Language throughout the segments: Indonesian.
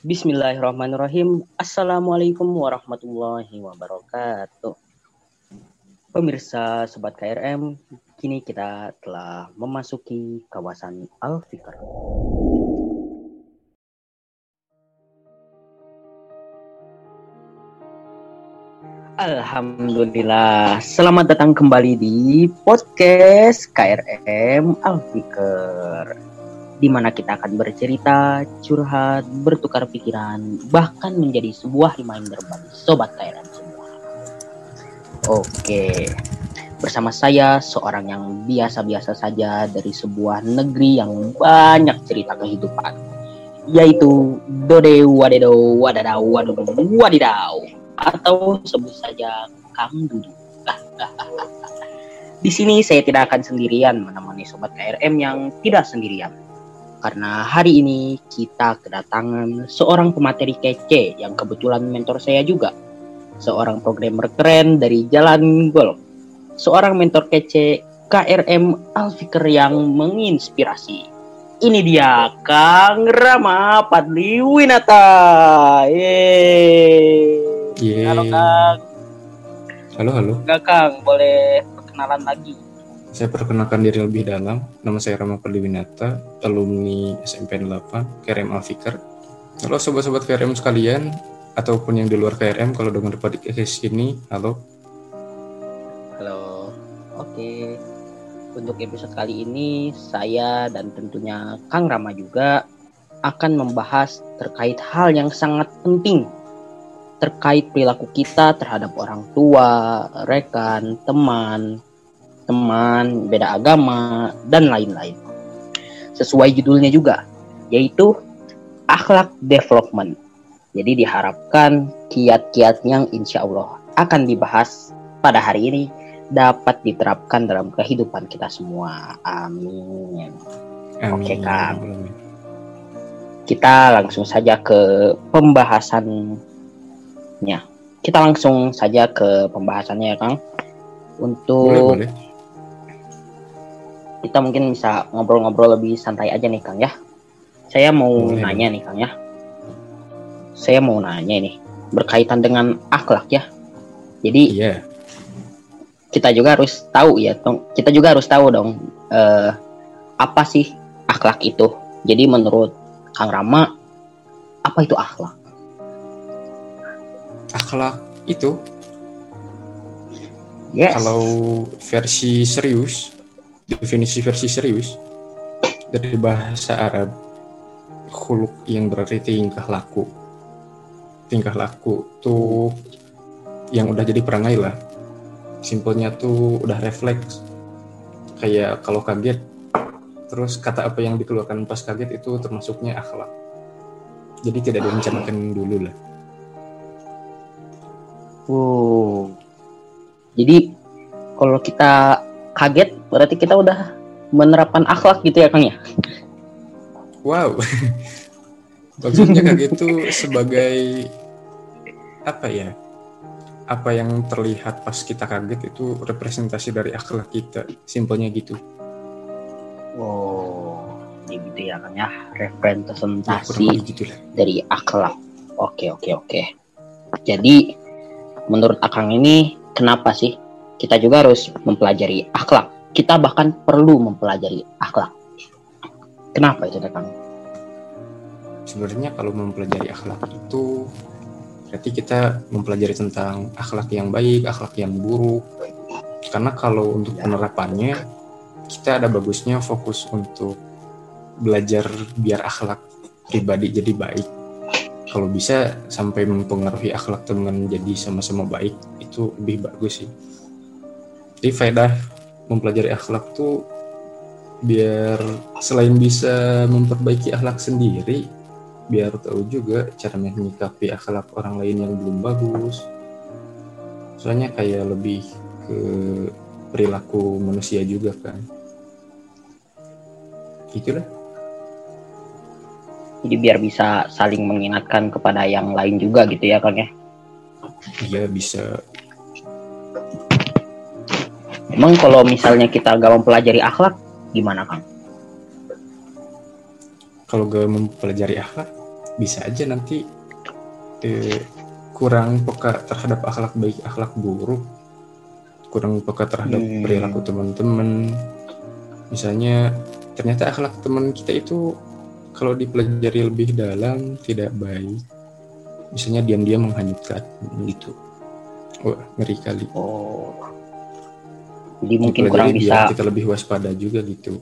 Bismillahirrahmanirrahim. Assalamualaikum warahmatullahi wabarakatuh. Pemirsa Sobat KRM, kini kita telah memasuki kawasan Al-Fikr. Alhamdulillah, selamat datang kembali di podcast KRM Al-Fikr, di mana kita akan bercerita, curhat, bertukar pikiran, bahkan menjadi sebuah reminder bagi Sobat KRM semua. Oke, bersama saya seorang yang biasa-biasa saja dari sebuah negeri yang banyak cerita kehidupan, yaitu Dode Wadedo Wadadau Wadudu Wadidau, atau sebut saja Kang Dudu. Di sini saya tidak akan sendirian menemani Sobat KRM yang tidak sendirian. Karena hari ini kita kedatangan seorang pemateri kece yang kebetulan mentor saya juga. Seorang programmer keren dari Jalan Golf. Seorang mentor kece KRM Al-Fikr yang menginspirasi. Ini dia Kang Rama Padli Winata. Halo Kang. Halo. Enggak Kang, boleh perkenalan lagi? Saya perkenalkan diri lebih dalam. Nama saya Rama Padli Winata, alumni SMP 8 KRM Al-Fikr. Halo sobat-sobat KRM sekalian, ataupun yang di luar KRM kalau dengar podcast ini, halo. Halo. Oke. Untuk episode kali ini, saya dan tentunya Kang Rama juga akan membahas terkait hal yang sangat penting terkait perilaku kita terhadap orang tua, rekan, teman, beda agama, dan lain-lain. Sesuai judulnya juga, yaitu akhlak development. Jadi diharapkan kiat-kiat yang insya Allah akan dibahas pada hari ini dapat diterapkan dalam kehidupan kita semua. Amin. Oke Kang, kita langsung saja ke pembahasannya. Kita langsung saja ke pembahasannya ya Kang. Untuk boleh. Kita mungkin bisa ngobrol-ngobrol lebih santai aja nih Kang ya. Saya mau nanya nih Kang ya. Saya mau nanya nih berkaitan dengan akhlak ya. Jadi kita juga harus tahu ya, kita juga harus tahu dong apa sih akhlak itu. Jadi menurut Kang Rama, apa itu akhlak? Akhlak itu Kalau versi serius, definisi versi serius dari bahasa Arab, khuluq yang berarti tingkah laku tuh yang udah jadi perangai lah. Simpelnya tuh udah refleks, kayak kalau kaget terus kata apa yang dikeluarkan pas kaget itu termasuknya akhlak. Jadi tidak direncanakan dulu lah. Jadi kalau kita kaget berarti kita udah menerapkan akhlak gitu ya Kang ya? Wow. Maksudnya kaget itu sebagai apa ya? Apa yang terlihat pas kita kaget itu representasi dari akhlak kita. Simpelnya gitu. Gitu ya Kang ya. Representasi dari akhlak. Oke. Jadi menurut Akang ini kenapa sih kita juga harus mempelajari akhlak? Kita bahkan perlu mempelajari akhlak. Kenapa itu Kang? Sebenarnya kalau mempelajari akhlak itu berarti kita mempelajari tentang akhlak yang baik, akhlak yang buruk. Karena kalau untuk penerapannya kita ada bagusnya fokus untuk belajar biar akhlak pribadi jadi baik. Kalau bisa sampai mempengaruhi akhlak teman jadi sama-sama baik, itu lebih bagus sih. Jadi faedah mempelajari akhlak tuh biar selain bisa memperbaiki akhlak sendiri, biar tahu juga cara menyikapi akhlak orang lain yang belum bagus. Soalnya kayak lebih ke perilaku manusia juga kan. Itulah. Jadi biar bisa saling mengingatkan kepada yang lain juga gitu ya Kang ya? Iya bisa. Emang kalau misalnya kita gak mempelajari akhlak, gimana Kang? Kalau gak mempelajari akhlak, bisa aja nanti kurang peka terhadap akhlak baik, akhlak buruk, kurang peka terhadap perilaku teman-teman. Misalnya ternyata akhlak teman kita itu kalau dipelajari lebih dalam tidak baik. Misalnya diam-diam menghanyutkan gitu. Wah, ngeri kali. Oh. Jadi mungkin kurang bisa kita lebih waspada juga gitu.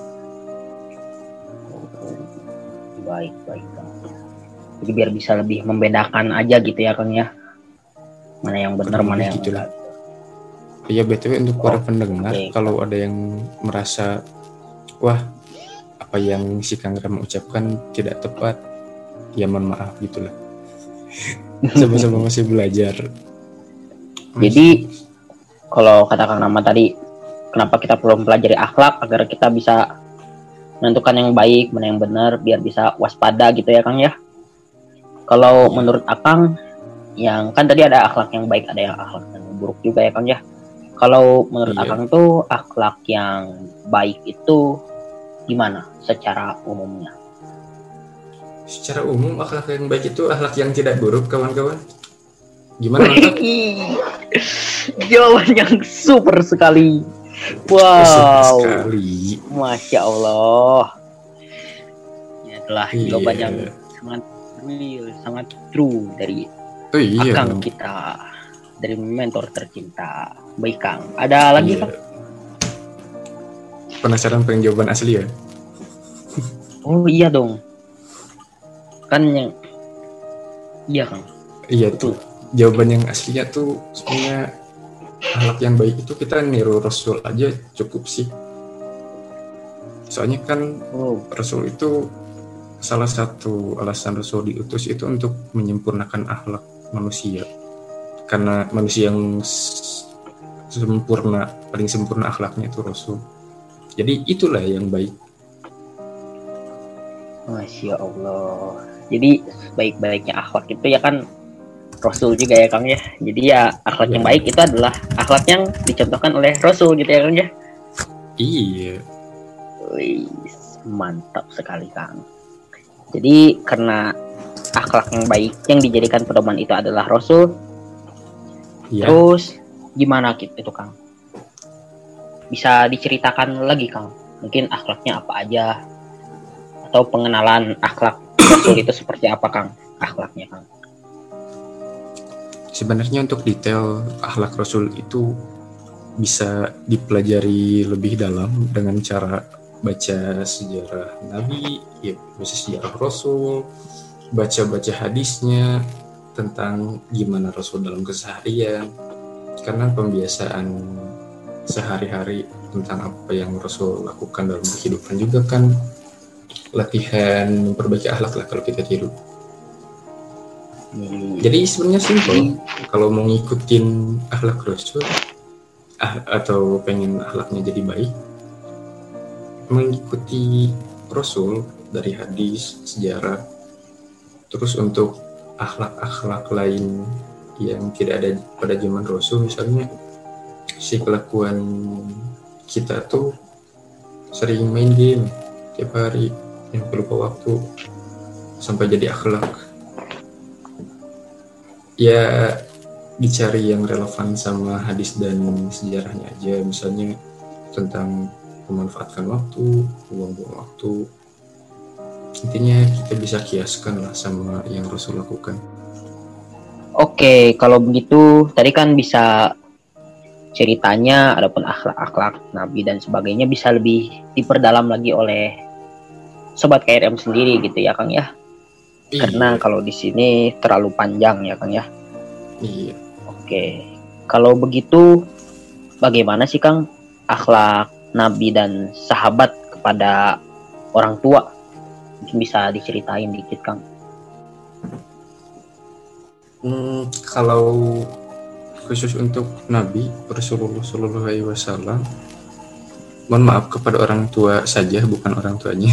Baik. Jadi biar bisa lebih membedakan aja gitu ya Kang ya. Mana yang benar, mana yang enggak. Iya, BTW untuk para pendengar, kalau ada yang merasa wah, apa yang si Kang Rama ucapkan tidak tepat, ya mohon maaf gitulah. Sama-sama masih belajar. Jadi kalau kata Kang Rama tadi, kenapa kita perlu mempelajari akhlak agar kita bisa menentukan yang baik, mana yang benar, biar bisa waspada gitu ya Kang ya. Kalau menurut Akang, yang kan tadi ada akhlak yang baik, ada yang akhlak yang buruk juga ya Kang ya. Kalau menurut Akang tuh akhlak yang baik itu gimana secara umumnya? Secara umum akhlak yang baik itu akhlak yang tidak buruk, kawan-kawan. Gimana mantap? Jawaban yang super sekali. Wow. Super sekali. Masya Allah. Ini adalah jawaban yang sangat real, sangat true dari Akang kita, dari mentor tercinta. Baik Kang, ada lagi Kang? Penasaran pengen jawaban asli ya? Oh iya dong. Kan yang iya Kang. Iya tuh. Jawaban yang aslinya tuh sebenarnya akhlak yang baik itu kita niru Rasul aja cukup sih. Soalnya kan Rasul itu salah satu alasan Rasul diutus itu untuk menyempurnakan akhlak manusia. Karena manusia yang sempurna, paling sempurna akhlaknya itu Rasul. Jadi itulah yang baik. Masya Allah. Jadi baik-baiknya akhlak itu ya kan Rasul juga ya Kang ya. Jadi ya akhlak yang baik itu adalah akhlak yang dicontohkan oleh Rasul gitu ya Kang ya. Iya. Wih, mantap sekali Kang. Jadi karena akhlak yang baik yang dijadikan pedoman itu adalah Rasul. Terus gimana itu Kang? Bisa diceritakan lagi Kang? Mungkin akhlaknya apa aja? Atau pengenalan akhlak Rasul itu seperti apa Kang? Akhlaknya Kang? Sebenarnya untuk detail akhlak Rasul itu bisa dipelajari lebih dalam dengan cara baca sejarah Nabi, ya, baca sejarah Rasul, baca-baca hadisnya tentang gimana Rasul dalam keseharian. Karena pembiasaan sehari-hari tentang apa yang Rasul lakukan dalam kehidupan juga kan latihan memperbaiki akhlak lah kalau kita tiru. Jadi sebenarnya simpel. Kalau mau ngikutin akhlak Rasul atau pengen akhlaknya jadi baik, mengikuti Rasul dari hadis, sejarah. Terus untuk akhlak-akhlak lain yang tidak ada pada zaman Rasul, misalnya si kelakuan kita tuh sering main game tiap hari yang lupa waktu sampai jadi akhlak. Ya dicari yang relevan sama hadis dan sejarahnya aja, misalnya tentang memanfaatkan waktu, buang-buang waktu. Intinya kita bisa kiaskan lah sama yang Rasul lakukan. Oke, kalau begitu tadi kan bisa ceritanya adapun akhlak-akhlak Nabi dan sebagainya bisa lebih diperdalam lagi oleh Sobat KRM sendiri gitu ya Kang ya. Karena kalau di sini terlalu panjang ya Kang ya. Iya. Oke. Kalau begitu bagaimana sih Kang akhlak Nabi dan sahabat kepada orang tua? Mungkin bisa diceritain dikit Kang. Kalau khusus untuk Nabi Rasulullah SAW, mohon maaf kepada orang tua saja, bukan orang tuanya.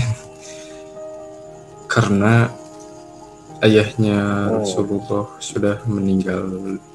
Karena ayahnya Rasulullah sudah meninggal.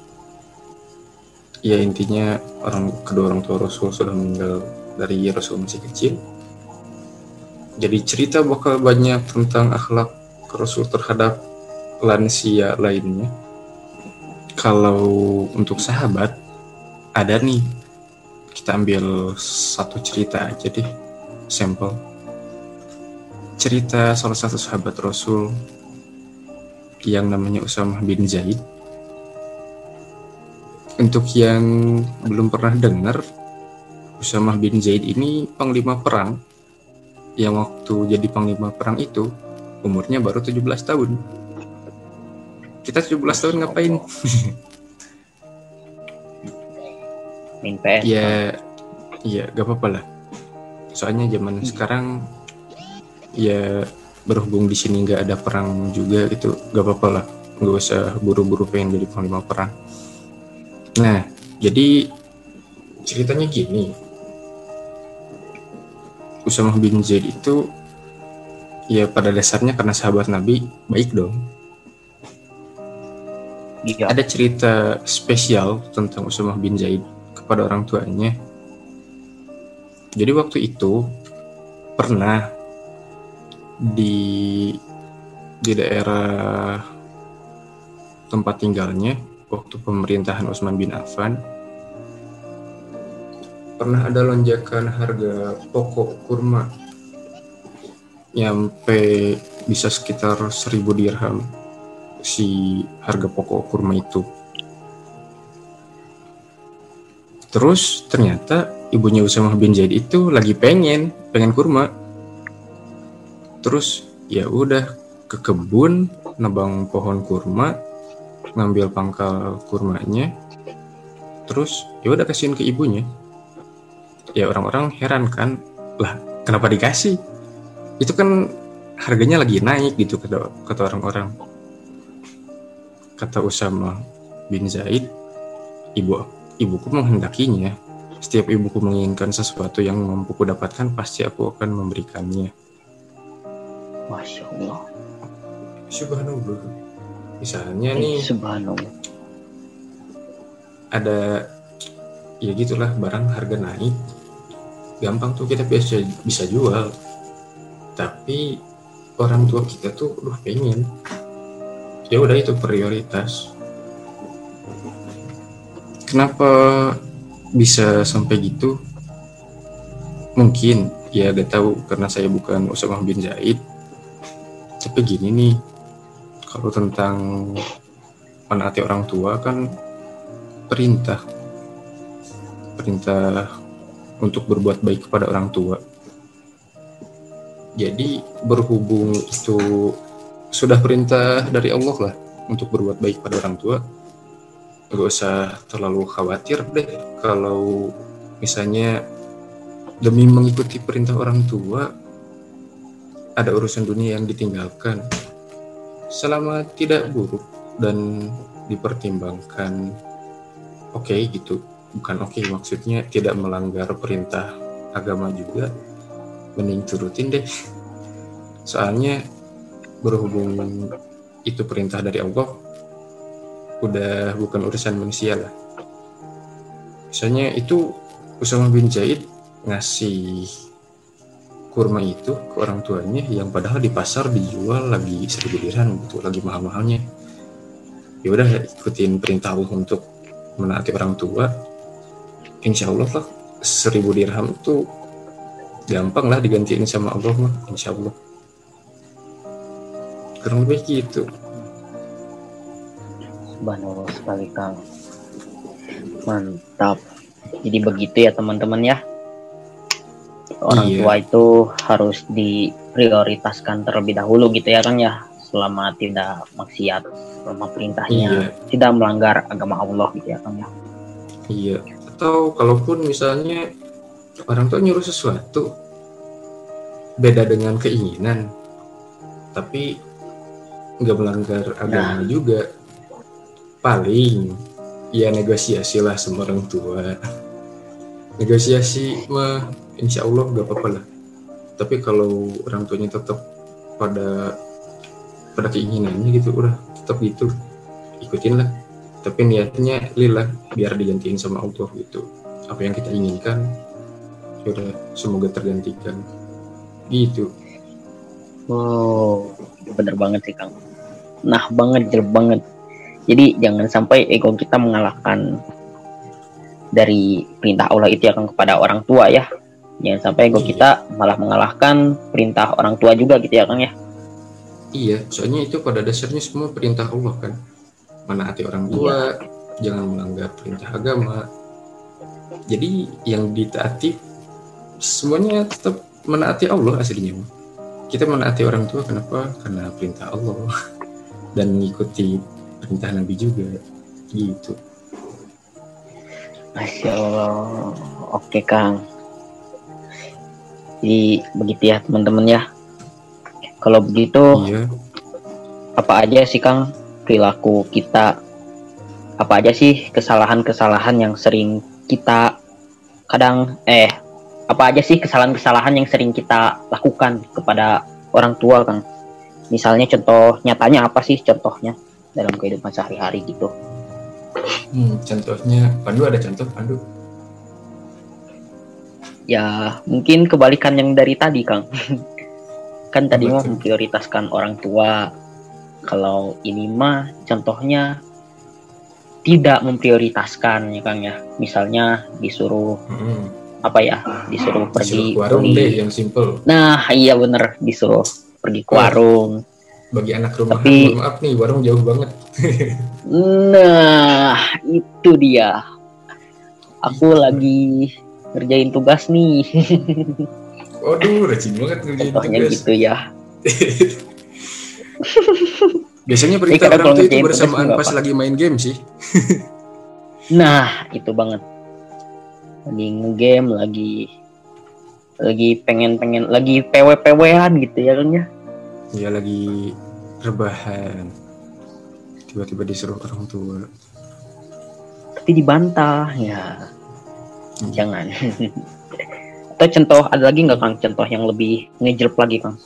Ya intinya kedua orang tua Rasul sudah meninggal dari Rasul masih kecil. Jadi cerita bakal banyak tentang akhlak Rasul terhadap lansia lainnya. Kalau untuk sahabat, ada nih, kita ambil satu cerita aja deh, sampel. Cerita salah satu sahabat Rasul yang namanya Usamah bin Zaid. Untuk yang belum pernah dengar, Usamah bin Zaid ini panglima perang yang waktu jadi panglima perang itu umurnya baru 17 tahun. Kita 17 tahun ngapain? Main PS. Ya, gak apa-apa lah. Soalnya zaman sekarang ya berhubung di sini nggak ada perang juga gitu, gak apa-apa lah. Nggak usah buru-buru pengen jadi panglima perang. Nah, jadi ceritanya gini. Usamah bin Zaid itu ya pada dasarnya karena sahabat Nabi, baik dong. Iya. Ada cerita spesial tentang Usamah bin Zaid kepada orang tuanya. Jadi waktu itu pernah di daerah tempat tinggalnya waktu pemerintahan Utsman bin Affan pernah ada lonjakan harga pokok kurma nyampe bisa sekitar 1.000 dirham si harga pokok kurma itu. Terus ternyata ibunya Usamah bin Zaid itu lagi pengen kurma. Terus ya udah ke kebun, nebang pohon kurma, ngambil pangkal kurmanya, terus ya udah kasihin ke ibunya. Ya orang-orang heran kan, lah kenapa dikasih? Itu kan harganya lagi naik gitu kata orang-orang. Kata Usamah bin Zaid, ibuku menghendakinya. Setiap ibuku menginginkan sesuatu yang mampuku dapatkan, pasti aku akan memberikannya. Masya Allah. Subhanallah. Misalnya nih, Subhanallah. ada ya gitulah, barang harga naik, gampang tuh kita bisa jual. Tapi orang tua kita tuh pengen. Ya udah, itu prioritas. Kenapa bisa sampai gitu? Mungkin ya gak tahu karena saya bukan Usamah bin Zaid. Tapi gini nih, kalau tentang menaati orang tua kan perintah untuk berbuat baik kepada orang tua. Jadi berhubung itu sudah perintah dari Allah lah untuk berbuat baik pada orang tua, gak usah terlalu khawatir deh kalau misalnya demi mengikuti perintah orang tua ada urusan dunia yang ditinggalkan. Selama tidak buruk dan dipertimbangkan, oke gitu. Bukan oke, maksudnya tidak melanggar perintah agama juga, mending turutin deh. Soalnya berhubung itu perintah dari Allah, udah bukan urusan manusia lah. Misalnya itu Usamah bin Zaid ngasih kurma itu ke orang tuanya yang padahal di pasar dijual lagi 1.000 dirham gitu, lagi mahal-mahalnya. Ya udah, ikutin perintah Allah untuk menaati orang tua. Insya Allah lah 1.000 dirham tuh gampang lah digantiin sama Allah mah, insya Allah. Kurang lebih gitu. Subhanallah sekali Kang. Mantap. Jadi begitu ya teman-teman ya. Orang tua itu harus diprioritaskan terlebih dahulu gitu ya Kang ya. Selama tidak maksiat, selama perintahnya tidak melanggar agama Allah gitu ya Kang ya. Iya. Atau kalaupun misalnya orang tua nyuruh sesuatu beda dengan keinginan, tapi nggak melanggar agama juga, paling ya negosiasi lah sama orang tua. Negosiasi mah insya Allah gak apa-apa lah. Tapi kalau orang tuanya tetap pada keinginannya gitu, udah tetap gitu, ikutin lah. Tapi niatnya lillah, biar digantiin sama Allah gitu. Apa yang kita inginkan, udah semoga tergantikan gitu. Oh, bener banget sih Kang. Nah banget, jelek banget. Jadi jangan sampai ego kita mengalahkan dari perintah Allah itu ya Kang kepada orang tua ya. Jangan sampai ego Iya, kita malah mengalahkan perintah orang tua juga gitu ya Kang ya. iya, soalnya itu pada dasarnya semua perintah Allah kan. Menaati orang Iya, tua, jangan melanggar perintah agama. Jadi yang ditaati semuanya tetap menaati Allah aslinya. Kita menaati orang tua kenapa? Karena perintah Allah dan mengikuti perintah Nabi juga gitu. Masya Allah. Oke Kang. Jadi begitu ya teman-teman ya. Kalau begitu Iya, apa aja sih Kang perilaku kita? Apa aja sih kesalahan-kesalahan yang sering kita kadang apa aja sih kesalahan-kesalahan yang sering kita lakukan kepada orang tua Kang? Misalnya contoh nyatanya apa sih contohnya dalam kehidupan sehari-hari gitu? contohnya Pandu ada contoh Pandu? Ya mungkin kebalikan yang dari tadi Kang. Kan tadi mah Betul. memprioritaskan orang tua. Kalau ini mah contohnya tidak memprioritaskan ya Kang ya. Misalnya disuruh Hmm, apa ya? Disuruh disuruh pergi ke warung deh beli. yang simple. Nah, iya bener disuruh pergi ke Oh, warung. bagi anak rumahan, Tapi mohon maaf nih, warung jauh banget. nah, itu dia. Aku lagi ngerjain tugas nih. Waduh, rajin banget ngerjain Contohnya tugas. gitu ya. Biasanya Jadi perintah kadang orang kalau tua itu ngerjain tugas bersamaan nggak pas apa. lagi main game sih. Nah, itu banget. Lagi ngegame, lagi pengen lagi PW-PW-an gitu ya kan ya. Ya lagi rebahan. Tiba-tiba disuruh orang tua. Tapi dibantah ya. Jangan. Atau contoh ada lagi nggak Kang contoh yang lebih ngejelp lagi Kang?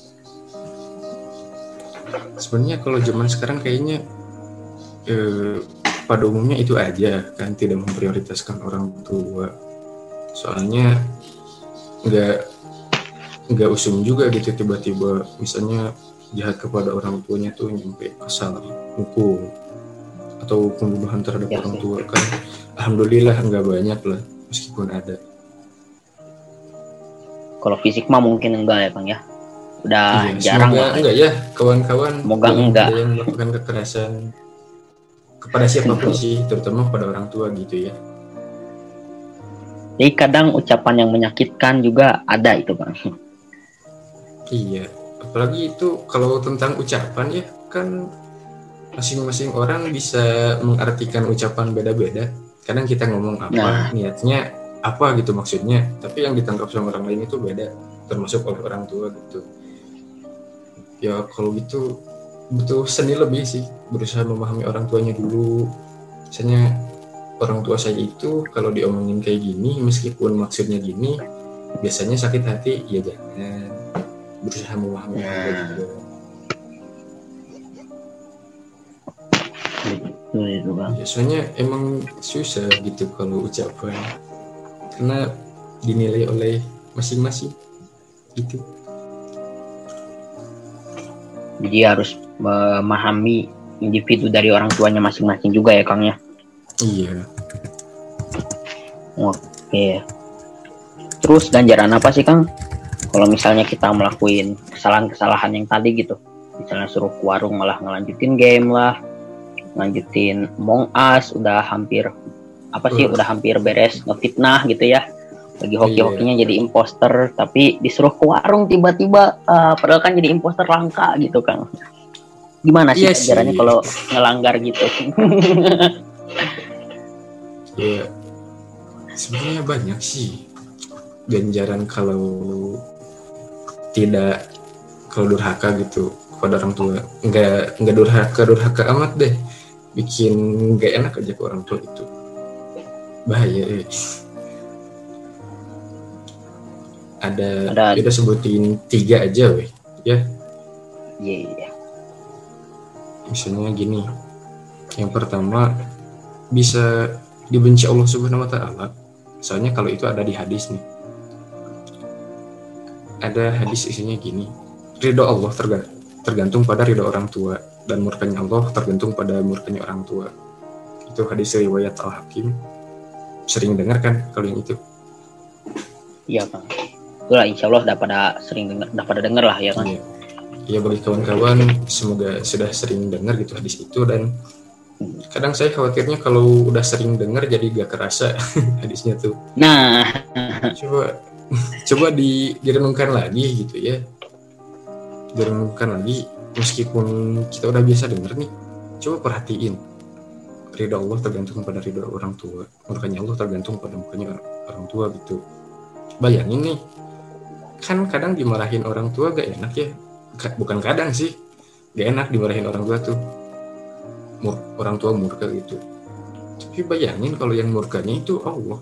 Sebenarnya kalau zaman sekarang kayaknya pada umumnya itu aja kan, tidak memprioritaskan orang tua. Soalnya nggak usum juga gitu tiba-tiba misalnya jahat kepada orang tuanya tuh nyampe kesal hukum atau pembunuhan terhadap Ya orang sih. tua kan. Alhamdulillah nggak banyak lah meskipun ada. Kalau fisik mah mungkin enggak ya Kang ya. Udah Iya, jarang semoga lah. enggak ya kawan-kawan, Semoga jangan enggak. ada yang melakukan kekerasan kepada siapapun sih, terutama kepada orang tua gitu ya. Jadi kadang ucapan yang menyakitkan juga ada itu Kang. Iya, apalagi itu kalau tentang ucapan ya kan masing-masing orang bisa mengartikan ucapan beda-beda. Kadang kita ngomong apa, Nah, niatnya apa gitu maksudnya, tapi yang ditangkap sama orang lain itu beda, termasuk oleh orang tua gitu. Ya kalau gitu butuh seni lebih sih, berusaha memahami orang tuanya dulu. Misalnya orang tua saya itu kalau diomongin kayak gini, meskipun maksudnya gini, biasanya sakit hati, ya jangan. Berusaha memahami orang tua juga. itu Kang. Ya, soalnya emang susah gitu kalau ucapan, karena dinilai oleh masing-masing gitu. Jadi harus memahami individu dari orang tuanya masing-masing juga ya Kang ya. Iya. Oke. Terus ganjaran apa sih Kang? Kalau misalnya kita melakukan kesalahan-kesalahan yang tadi gitu. Misalnya suruh ke warung malah ngelanjutin game lah. Lanjutin Among Us udah hampir udah hampir beres ngefitnah gitu ya. Lagi hoki-hokinya jadi imposter tapi disuruh ke warung tiba-tiba padahal kan jadi imposter langka gitu Kang. Gimana sih ganjarannya kalau ngelanggar gitu? Ya sebenarnya banyak sih ganjaran kalau durhaka gitu kepada orang tua. Enggak durhaka amat deh, bikin nggak enak aja ke orang tua itu bahaya. Ada kita sebutin 3 aja weh ya. Iya. Misalnya gini, yang pertama bisa dibenci Allah Subhanahu wa Ta'ala. Soalnya kalau itu ada di hadis nih, ada hadis isinya gini, ridho Allah tergantung pada ridho orang tua, dan murkanya Allah tergantung pada murkanya orang tua. Itu hadis riwayat Al-Hakim. Sering dengar kan kalau yang itu? Iya Kang. Itulah insya Allah udah pada denger lah ya kan. Iya. Ya bagi kawan-kawan semoga sudah sering dengar gitu hadis itu, dan kadang saya khawatirnya kalau udah sering dengar jadi gak kerasa hadisnya tuh. Nah, coba direnungkan lagi gitu ya. Direnungkan lagi meskipun kita udah biasa dengar nih. Coba perhatiin. Ridho Allah tergantung pada ridho orang tua. Murkanya Allah tergantung pada murkanya orang tua gitu. Bayangin nih. Kan kadang dimarahin orang tua gak enak ya. Bukan kadang sih, gak enak dimarahin orang tua tuh, orang tua murka gitu. Tapi bayangin kalau yang murkanya itu Allah,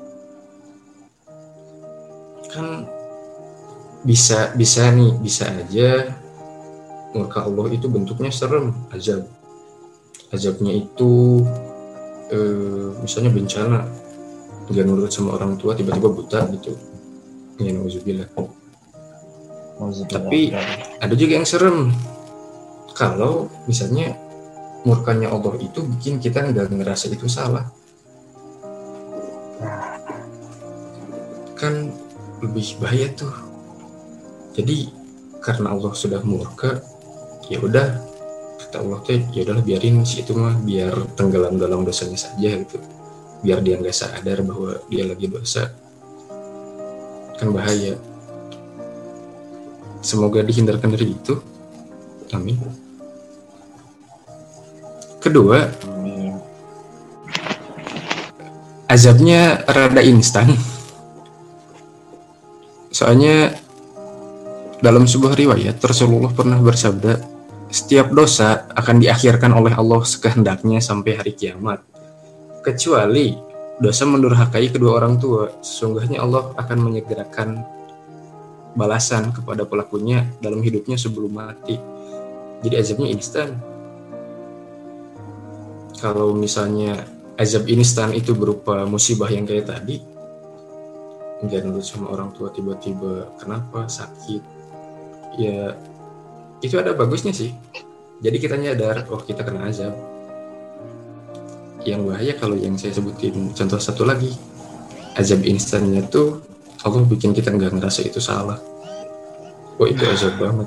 kan bisa aja murka Allah itu bentuknya serem, azabnya itu misalnya bencana, gak nurut sama orang tua tiba-tiba buta gitu, ya nauzubillah. Tapi ada juga yang serem kalau misalnya murkanya Allah itu bikin kita nggak ngerasa itu salah, kan lebih bahaya tuh. Jadi karena Allah sudah murka, ya udah kata Allah teh ya udahlah biarin si itu mah biar tenggelam dalam dosanya saja gitu, biar dia nggak sadar bahwa dia lagi dosa, kan bahaya. Semoga dihindarkan dari itu. Amin. Kedua, azabnya rada instan. Soalnya dalam sebuah riwayat Rasulullah pernah bersabda, setiap dosa akan diakhirkan oleh Allah sekehendaknya sampai hari kiamat, kecuali dosa mendurhakai kedua orang tua. Sesungguhnya Allah akan menyegerakan balasan kepada pelakunya dalam hidupnya sebelum mati. Jadi azabnya instan. Kalau misalnya azab instan itu berupa musibah yang kayak tadi, nggak nurut sama orang tua tiba-tiba kenapa sakit, ya itu ada bagusnya sih. Jadi kita nyadar, oh kita kena azab. Yang bahaya kalau yang saya sebutin contoh satu lagi, azab instannya tuh Allah bikin kita nggak ngerasa itu salah. Oh itu azab banget.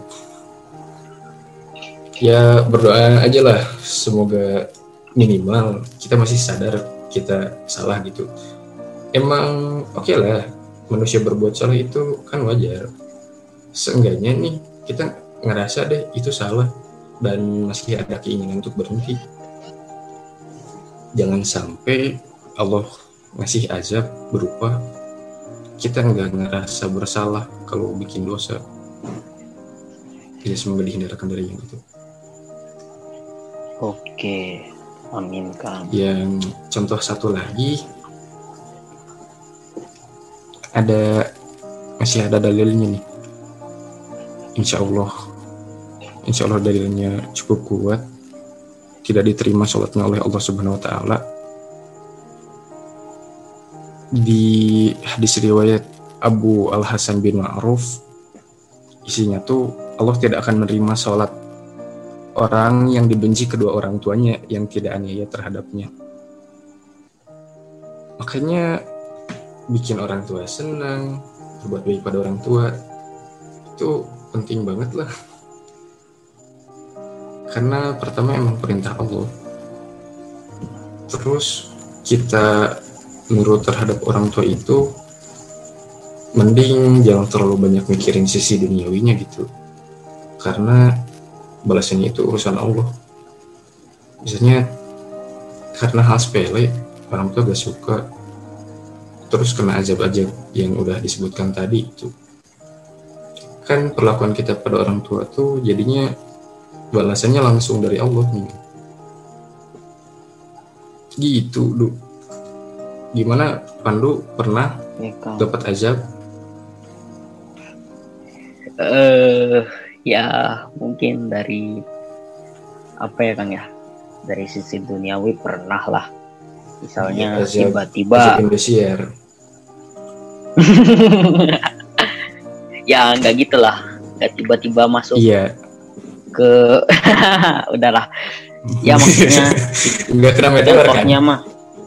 Ya berdoa aja lah, semoga minimal kita masih sadar kita salah gitu. Emang oke lah, manusia berbuat salah itu kan wajar. Seenggaknya nih kita ngerasa deh itu salah dan masih ada keinginan untuk berhenti. Jangan sampai Allah ngasih azab berupa kita nggak ngerasa bersalah kalau bikin dosa. Ya semoga dihindarkan dari yang itu. Oke, amin Kang. Yang contoh satu lagi, masih ada dalilnya nih. Insya Allah dalilnya cukup kuat. Tidak diterima sholatnya oleh Allah Subhanahu Wa Taala. Di hadis riwayat Abu Al-Hasan bin Ma'ruf, isinya tuh Allah tidak akan menerima sholat orang yang dibenci kedua orang tuanya yang tidak aniaya terhadapnya. Makanya bikin orang tua senang, berbuat baik pada orang tua itu penting banget lah. Karena pertama emang perintah Allah. Terus kita nurut terhadap orang tua itu mending jangan terlalu banyak mikirin sisi duniawinya gitu. Karena balasannya itu urusan Allah. Misalnya karena hal sepele orang tua gak suka, terus kena azab-azab yang udah disebutkan tadi itu. Kan perlakuan kita pada orang tua tuh jadinya balasannya langsung dari Allah nih. Gitu, Du. Gimana Pandu pernah dapat azab? Ya mungkin dari apa ya Kang ya, dari sisi duniawi pernah lah, misalnya azab, tiba-tiba azab Indosiar. ya nggak gitulah, nggak tiba-tiba masuk Iya. ke udahlah. Ya maksudnya Nggak kena meteor kan? contohnya mah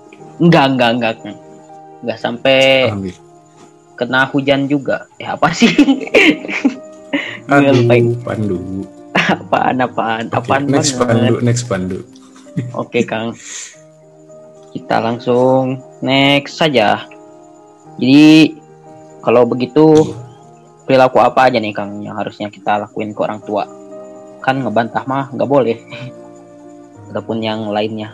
enggak sampai Alhamdulillah. kena hujan juga. Apa sih? Aduh, Lupain. Pandu. Apaan Next banget. Pandu. Oke, Kang. Kita langsung next saja. Jadi kalau begitu perilaku apa aja nih Kang yang harusnya kita lakuin ke orang tua? Kan ngebantah mah nggak boleh. Ataupun yang lainnya.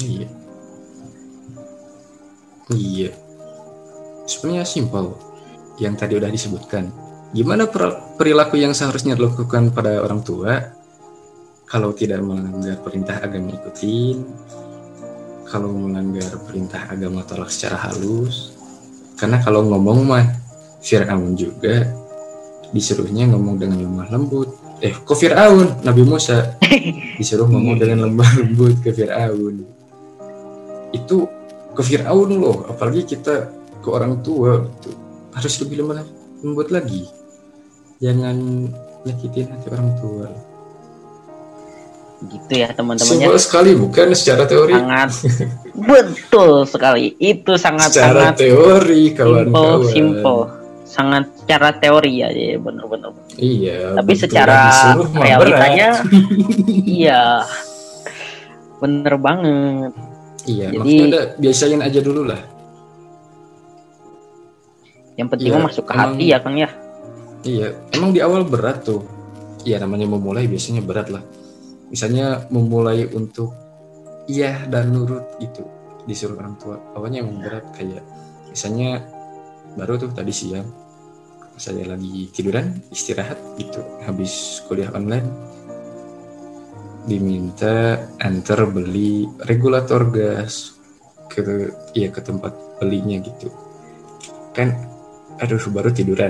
Iya. Sebenarnya simpel. Yang tadi udah disebutkan. Gimana perilaku yang seharusnya dilakukan pada orang tua? Kalau tidak melanggar perintah agama ikutin. Kalau melanggar perintah agama tolak secara halus. Karena kalau ngomong mah Fir'aun juga disuruhnya ngomong dengan lemah lembut. Kok Fir'aun? Nabi Musa disuruh ngomong dengan lemah lembut ke Fir'aun. Itu ke Fir'aun loh, apalagi kita ke orang tua gitu. Harus lebih lemah lembut lagi. Jangan nyakitin hati orang tua. Gitu ya teman-temannya. Simpel sekali bukan secara teori. Sangat betul sekali. Itu sangat secara teori kawan-kawan. Simple. Sangat secara teori ya, benar-benar. Iya. Tapi secara realitanya iya. Bener banget. Iya, jadi maksudnya biasain aja dulu lah. Yang penting masuk ke hati ya Kang ya. Iya, emang di awal berat tuh. Iya, namanya memulai biasanya berat lah. Misalnya memulai untuk iya dan nurut gitu disuruh orang tua. Awalnya emang berat, kayak misalnya baru tuh tadi siang saya lagi tiduran istirahat gitu habis kuliah online, diminta antar beli regulator gas ke tempat belinya gitu kan. Aduh, baru tiduran.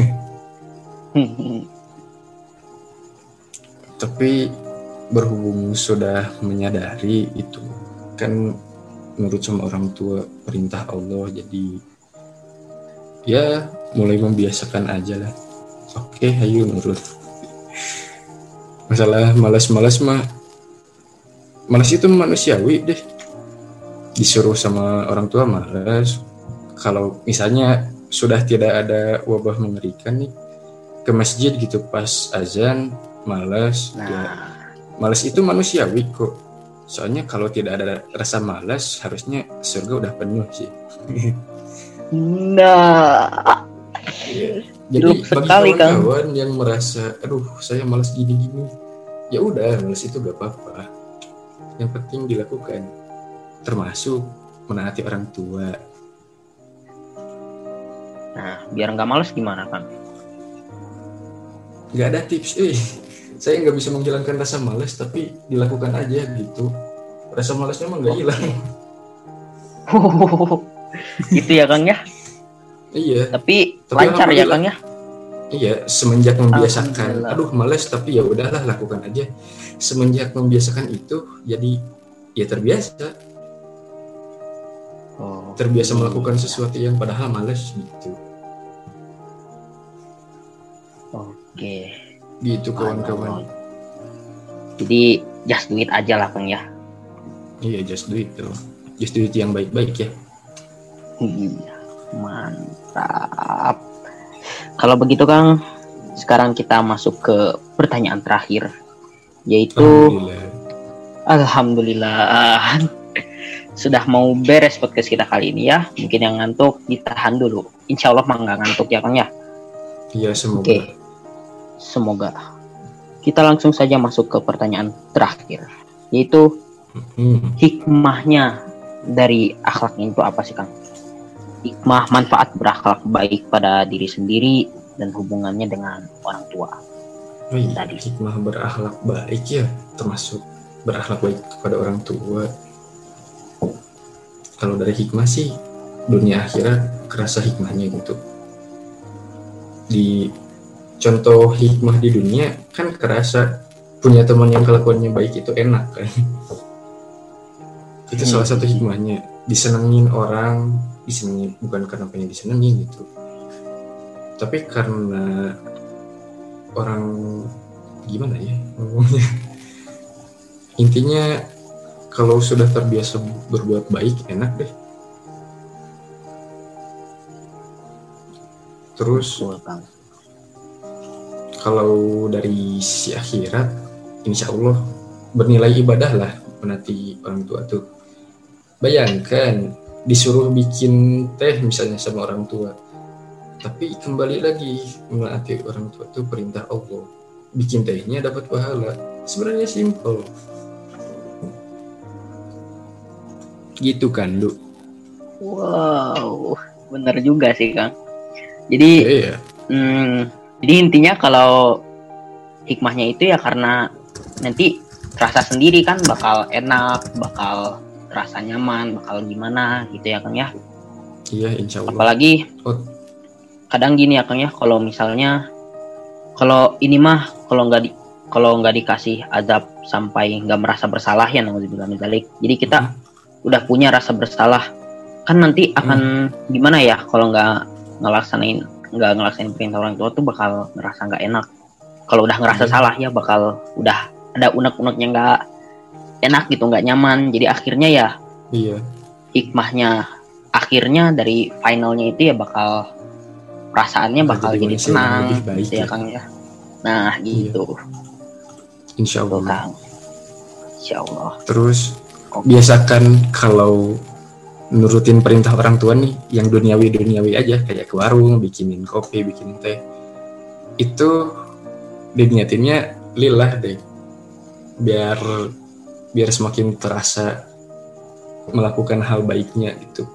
Tapi berhubung sudah menyadari itu kan nurut sama orang tua perintah Allah, jadi ya mulai membiasakan aja lah. Oke, ayo nurut. Masalah malas itu manusiawi deh. Disuruh sama orang tua malas. Kalau misalnya sudah tidak ada wabah mengerikan nih, ke masjid gitu pas azan malas. Ya, malas itu manusiawi kok. Soalnya kalau tidak ada rasa malas harusnya surga udah penuh sih. Nah, ya. Jadi bagi kawan-kawan yang merasa aduh saya malas gini-gini, ya udah, malas itu gak apa-apa. Yang penting dilakukan, termasuk menaati orang tua. Nah, biar nggak malas gimana Kang? Nggak ada tips. Saya nggak bisa menghilangkan rasa malas, tapi dilakukan aja gitu. Rasa malasnya mah nggak hilang. Gitu ya Kang ya? Iya. Tapi lancar ya Kang ya? Iya, semenjak membiasakan. Aduh malas, tapi ya udahlah lakukan aja. Semenjak membiasakan itu, jadi ya terbiasa. Terbiasa melakukan sesuatu yang padahal malas gitu. Oke. Gitu kawan-kawan. Jadi just do it aja lah Kang ya. Iya, just do it tuh. Just do it yang baik-baik ya. Iya, mantap. Kalau begitu Kang, sekarang kita masuk ke pertanyaan terakhir, yaitu Alhamdulillah. Sudah mau beres podcast kita kali ini ya. Mungkin yang ngantuk ditahan dulu. Insya Allah mah nggak ngantuk ya Kang ya. Iya, semoga. Oke. Semoga. Kita langsung saja masuk ke pertanyaan terakhir, yaitu hikmahnya dari akhlak itu apa sih Kang? Hikmah manfaat berakhlak baik pada diri sendiri dan hubungannya dengan orang tua. Tadi hikmah berakhlak baik ya, termasuk berakhlak baik kepada orang tua. Kalau dari hikmah sih dunia akhirat kerasa hikmahnya gitu. Di contoh hikmah di dunia kan kerasa punya teman yang kelakuannya baik itu enak kan. Itu salah satu hikmahnya. Disenengin orang, disenengin bukan karena pengen disenengin gitu, tapi karena orang gimana ya ngomongnya. Intinya kalau sudah terbiasa berbuat baik enak deh. Terus kalau dari sisi akhirat, insya Allah bernilai ibadah lah menanti orang tua tuh. Bayangkan disuruh bikin teh misalnya sama orang tua, tapi kembali lagi menaati orang tua tuh perintah Allah. Bikin tehnya dapat pahala. Sebenarnya simple. Gitu kan, Lu? Wow, bener juga sih Kang. Jadi, Iya. Jadi intinya kalau hikmahnya itu ya karena nanti rasa sendiri kan bakal enak, bakal rasa nyaman, bakal gimana gitu ya Kang ya. Iya, insya Allah. Apalagi kadang gini ya Kang ya, kalau misalnya kalau ini mah kalau nggak dikasih azab sampai nggak merasa bersalah ya nauzubillah min dzalik. Jadi kita udah punya rasa bersalah kan nanti akan gimana ya kalau nggak ngelaksanain perintah orang tua tuh bakal ngerasa nggak enak. Kalau udah ngerasa salah ya bakal udah ada unek-uneknya nggak enak gitu, nggak nyaman. Jadi akhirnya ya hikmahnya akhirnya dari finalnya itu ya bakal perasaannya bakal jadi tenang gitu ya Kang ya. Nah gitu. Insya Allah. Kang. Insya Allah. Terus biasakan kalau nurutin perintah orang tua nih yang duniawi aja, kayak ke warung bikinin kopi, bikinin teh, itu diniatinnya lillah deh, biar semakin terasa melakukan hal baiknya gitu.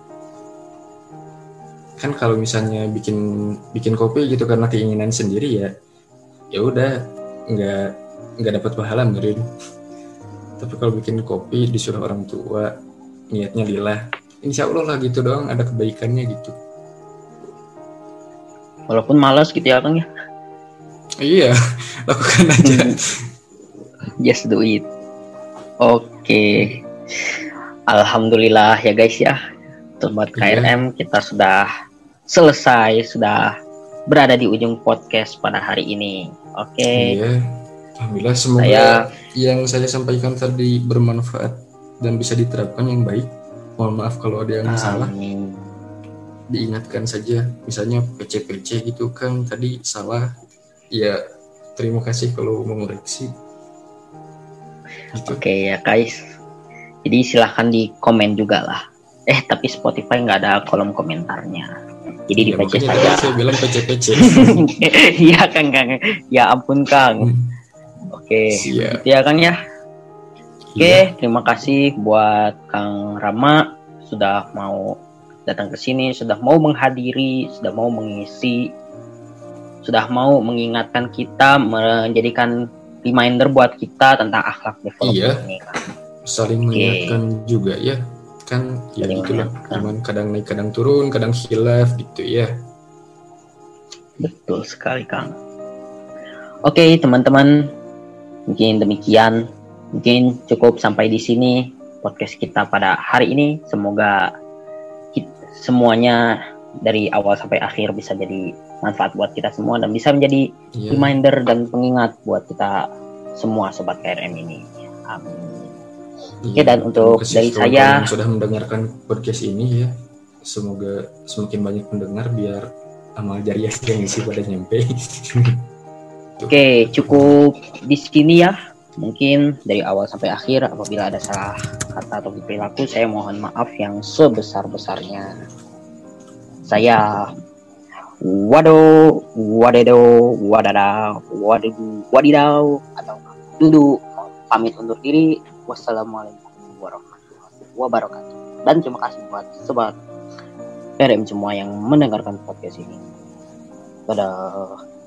Kan kalau misalnya bikin kopi gitu karena keinginan sendiri ya udah nggak dapat pahala meren. Tapi kalau bikin kopi disuruh orang tua, niatnya lillah, insya Allah lah gitu doang, ada kebaikannya gitu. Walaupun malas gitu ya Kang ya. Iya, lakukan aja. Just do it. Oke. Alhamdulillah ya guys ya. Sobat KRM, kita sudah selesai, sudah berada di ujung podcast pada hari ini. Oke. Iya. Alhamdulillah, semoga yang saya sampaikan tadi bermanfaat dan bisa diterapkan yang baik. Mohon maaf kalau ada yang salah. Diingatkan saja, misalnya PC gitu kan tadi salah. Ya, terima kasih kalau mengoreksi. Gitu. Oke ya guys. Jadi silahkan di komen juga lah. Tapi Spotify nggak ada kolom komentarnya. Jadi di PC saja. Saya bilang PC. Iya Kang. Ya ampun Kang. Oke, gitu ya Kang ya. Oke, terima kasih buat Kang Rama sudah mau datang ke sini, sudah mau menghadiri, sudah mau mengisi, sudah mau mengingatkan kita, menjadikan reminder buat kita tentang akhlak development ini. Saling mengingatkan juga ya. Kan ya gitulah, cuman kadang naik, kadang turun, kadang khilaf gitu ya. Betul sekali Kang. Oke, teman-teman. Mungkin demikian, mungkin cukup sampai di sini podcast kita pada hari ini. Semoga semuanya dari awal sampai akhir bisa jadi manfaat buat kita semua dan bisa menjadi reminder dan pengingat buat kita semua sobat KRM ini. Amin. Oke, dan untuk dari saya yang sudah mendengarkan podcast ini ya, semoga semakin banyak mendengar biar amal jariah yang isi pada nyampe. Oke, cukup di sini ya. Mungkin dari awal sampai akhir apabila ada salah kata atau perilaku, saya mohon maaf yang sebesar-besarnya. Saya wadidaw atau Dudu pamit undur diri. Wassalamualaikum warahmatullahi wabarakatuh. Dan terima kasih buat sobat KRM semua yang mendengarkan podcast ini. Dadah.